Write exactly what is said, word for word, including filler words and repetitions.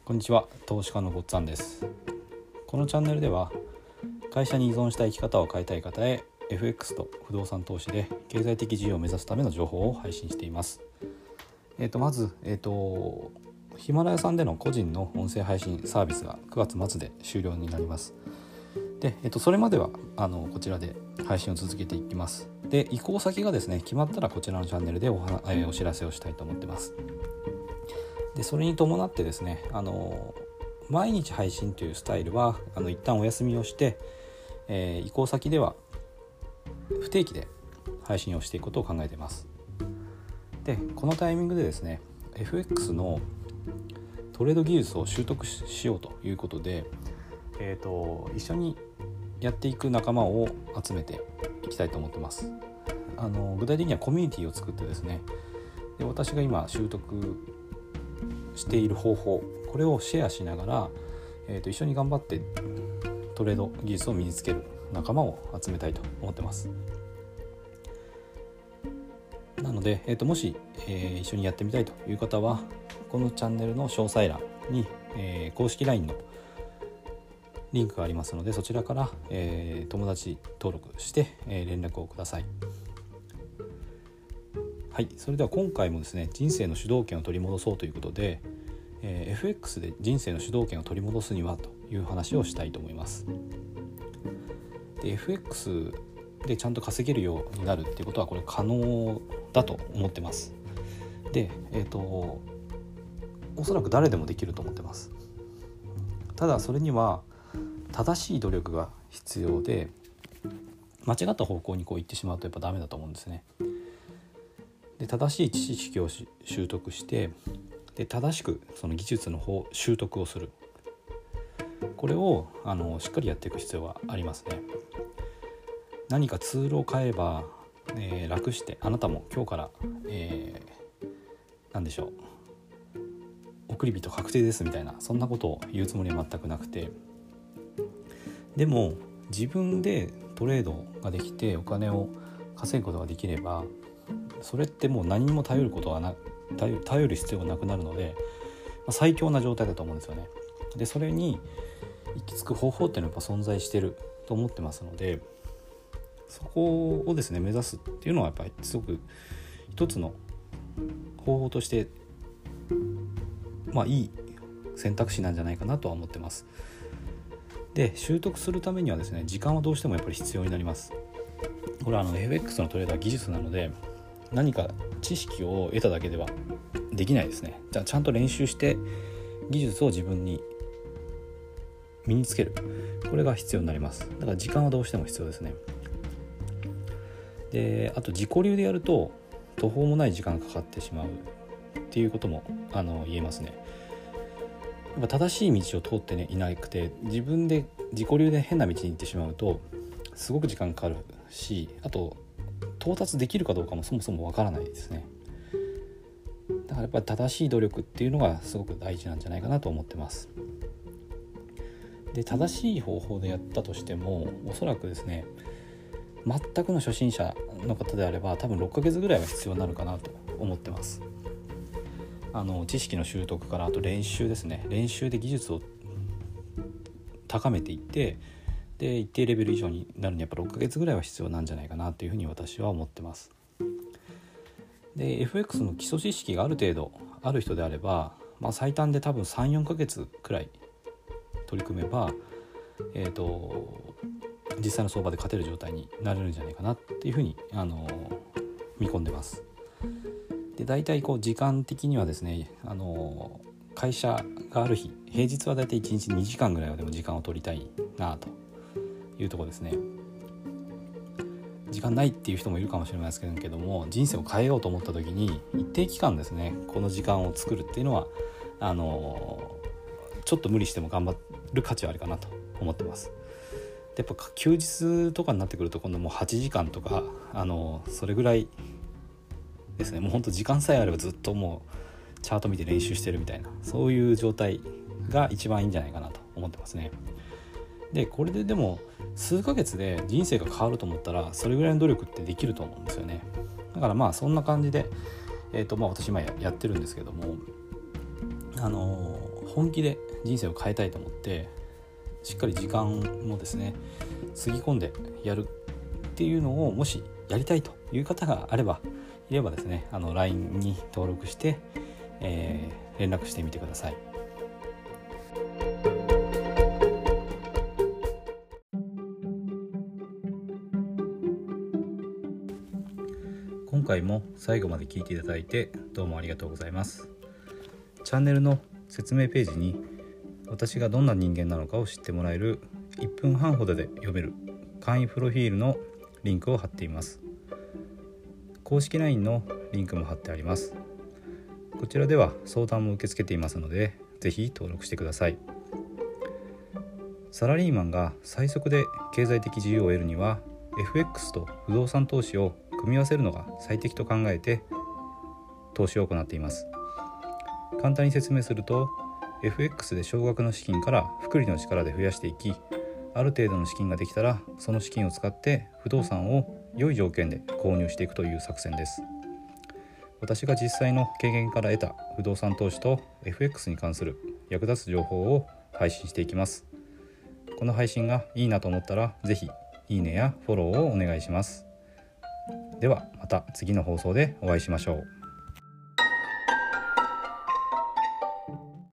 こんにちは、投資家のごっつぁんです。このチャンネルでは会社に依存した生き方を変えたい方へ エフエックス と不動産投資で経済的自由を目指すための情報を配信しています。えー、とまず、えー、とヒマラヤさんでの個人の音声配信サービスがくがつ末で終了になります。で、えー、とそれまではあのこちらで配信を続けていきます。で、移行先がですね決まったらこちらのチャンネルで お, は、えー、お知らせをしたいと思ってます。でそれに伴ってですねあの毎日配信というスタイルはあの一旦お休みをして、えー、移行先では不定期で配信をしていくことを考えています。でこのタイミングでですね エフエックス のトレード技術を習得しようということで、えー、と一緒にやっていく仲間を集めていきたいと思ってます。あの具体的にはコミュニティを作ってですねで私が今習得している方法、これをシェアしながら、えー、と一緒に頑張ってトレード技術を身につける仲間を集めたいと思ってます。なので、えー、ともし、えー、一緒にやってみたいという方はこのチャンネルの詳細欄に、えー、公式 ライン のリンクがありますのでそちらから、えー、友達登録して、えー、連絡をください。はい、それでは今回もですね人生の主導権を取り戻そうということで、えー、エフエックス で人生の主導権を取り戻すにはという話をしたいと思います。で エフエックス でちゃんと稼げるようになるっていうことはこれ可能だと思ってます。で、えーと、おそらく誰でもできると思ってます。ただそれには正しい努力が必要で間違った方向にこう行ってしまうとやっぱダメだと思うんですね。で正しい知識を習得してで正しくその技術の方習得をする、これをあのしっかりやっていく必要がありますね。何かツールを変えば、えー、楽してあなたも今日から、えー、何でしょう送り人確定ですみたいなそんなことを言うつもりは全くなくて、でも自分でトレードができてお金を稼ぐことができればそれってもう何にも頼ることはな頼、頼る必要がなくなるので、まあ、最強な状態だと思うんですよね。でそれに行き着く方法っていうのはやっぱ存在してると思ってますのでそこをですね目指すっていうのはやっぱりすごく一つの方法としてまあいい選択肢なんじゃないかなとは思ってます。で習得するためにはですね時間はどうしてもやっぱり必要になります。これはあの エフエックス のトレードは技術なので何か知識を得ただけではできないですね。じゃあちゃんと練習して技術を自分に身につける、これが必要になります。だから時間はどうしても必要ですね。であと自己流でやると途方もない時間がかかってしまうっていうこともあの言えますね。やっぱ正しい道を通って、ね、いなくて自分で自己流で変な道に行ってしまうとすごく時間かかるし、あと到達できるかどうかもそもそもわからないですね。だからやっぱり正しい努力っていうのがすごく大事なんじゃないかなと思ってます。で正しい方法でやったとしてもおそらくですね全くの初心者の方であれば多分ろっかげつぐらいは必要になるかなと思ってます。あの知識の習得からあと練習ですね練習で技術を高めていってで一定レベル以上になるにはやっぱろっかげつぐらいは必要なんじゃないかなというふうに私は思ってます。で エフエックス の基礎知識がある程度ある人であれば、まあ、最短で多分 さん,よん ヶ月くらい取り組めば、えーと、実際の相場で勝てる状態になれるんじゃないかなっていうふうに、あの見込んでます。で大体こう時間的にはですね、あの会社がある日平日は大体いちにちにじかんぐらいはでも時間を取りたいなというところですね。時間ないっていう人もいるかもしれないですけども人生を変えようと思った時に一定期間ですねこの時間を作るっていうのはあのちょっと無理しても頑張る価値はあるかなと思ってます。でやっぱ休日とかになってくると今度もうはちじかんとかあのそれぐらいですね。もう本当時間さえあればずっともうチャート見て練習してるみたいなそういう状態が一番いいんじゃないかなと思ってますね。でこれででも数ヶ月で人生が変わると思ったらそれぐらいの努力ってできると思うんですよね。だからまあそんな感じで、えーとまあ、私今やってるんですけどもあの本気で人生を変えたいと思ってしっかり時間もですねつぎ込んでやるっていうのをもしやりたいという方があればいればですね、あの ライン に登録して、えー、連絡してみてください。今回も最後まで聞いていただいてどうもありがとうございます。チャンネルの説明ページに私がどんな人間なのかを知ってもらえるいっぷんはんほどで読める簡易プロフィールのリンクを貼っています。公式 ライン のリンクも貼ってあります。こちらでは相談も受け付けていますのでぜひ登録してください。サラリーマンが最速で経済的自由を得るには エフエックス と不動産投資を組み合わせるのが最適と考えて投資を行っています。簡単に説明すると エフエックス で少額の資金から複利の力で増やしていき、ある程度の資金ができたらその資金を使って不動産を良い条件で購入していくという作戦です。私が実際の経験から得た不動産投資と エフエックス に関する役立つ情報を配信していきます。この配信がいいなと思ったらぜひいいねやフォローをお願いします。ではまた次の放送でお会いしましょう。